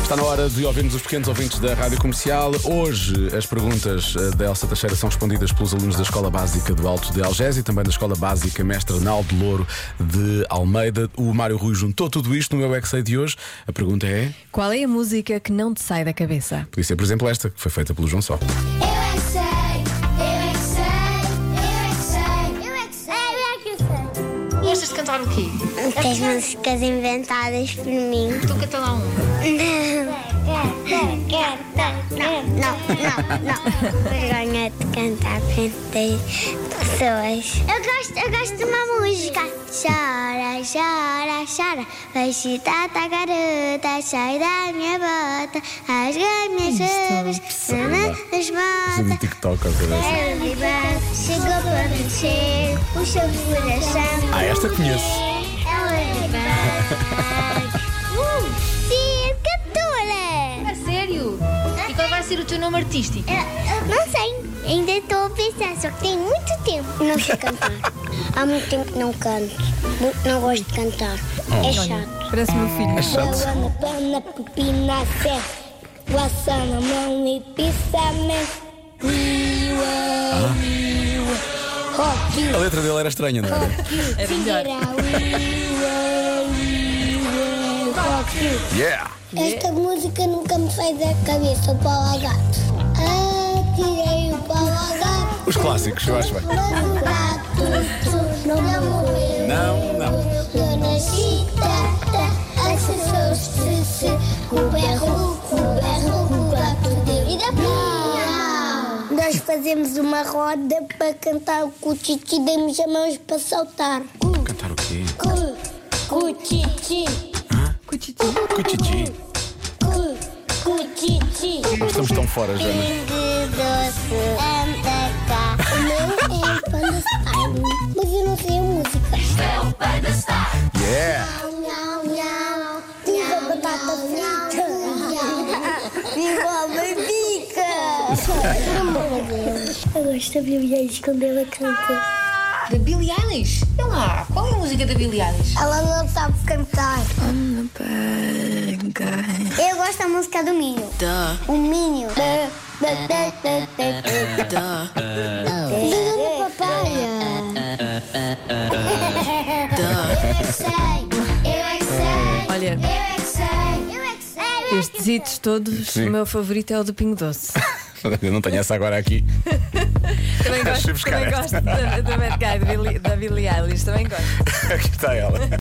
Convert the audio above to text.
Está na hora de ouvirmos os pequenos ouvintes da Rádio Comercial. Hoje as perguntas da Elsa Teixeira são respondidas pelos alunos da Escola Básica do Alto de Algés e também da Escola Básica Mestre Arnaldo Louro de Almeida. O Mário Rui juntou tudo isto no meu Exei de hoje. A pergunta é: qual é a música que não te sai da cabeça? Podia ser, por exemplo, esta, que foi feita pelo João Só. Gostas de cantar o quê? Tens músicas inventadas por mim. Tu canta lá um. Não. Vergonha de cantar frente das pessoas. Eu gosto de uma música. Chora, chora, chora. Vai citar a garota, sai da minha bota. Rasga minhas chuvas, nas Isso é do botas. TikTok, às vezes. Chegou para vencer o seu coração. Esta conheço. Sim, cantora. A sério? E qual vai ser o teu nome artístico? Não sei, ainda estou a pensar, só que tem muito tempo. Não sei cantar. Há muito tempo que não canto. Não gosto de cantar. É chato. Parece meu filho. É chato. Bala, pana, pepina, sé. Guaça na mão e pissamento. Rock, A letra dele era estranha, não era? É melhor. Yeah! Esta música nunca me sai da cabeça, o pau ao gato. Tirei o pau ao gato. Os clássicos, eu acho bem. Mas o gato não morreu. Não. Dona Chita, acessou-se o berro, o gato deu. E da nós fazemos uma roda para cantar o cuchichi, demos as mãos para saltar. Cantar o quê? Cuchichi, Cuchichi. cuchichi. Estamos tão fora, Joana. Pingue doce, anda cá. O meu é o Panda Style, mas eu não sei a música. Yeah! Nhau, nhau, viva a batata frita. Viva a mandica. Eu gosto da Billie Eilish quando ela canta. Da Billie Eilish? Sei lá, qual é a música da Billie Eilish? Ela não sabe cantar. Eu gosto da música do Minho. O Minho. Dona Papaya. Olha, estes hits todos, Sim. o meu favorito é o do Pingo Doce. Eu não tenho essa agora aqui. Também Deixa eu gosto, buscar também esta. gosto da Bad Guy, da Billie Eilish, também gosto. Aqui está ela.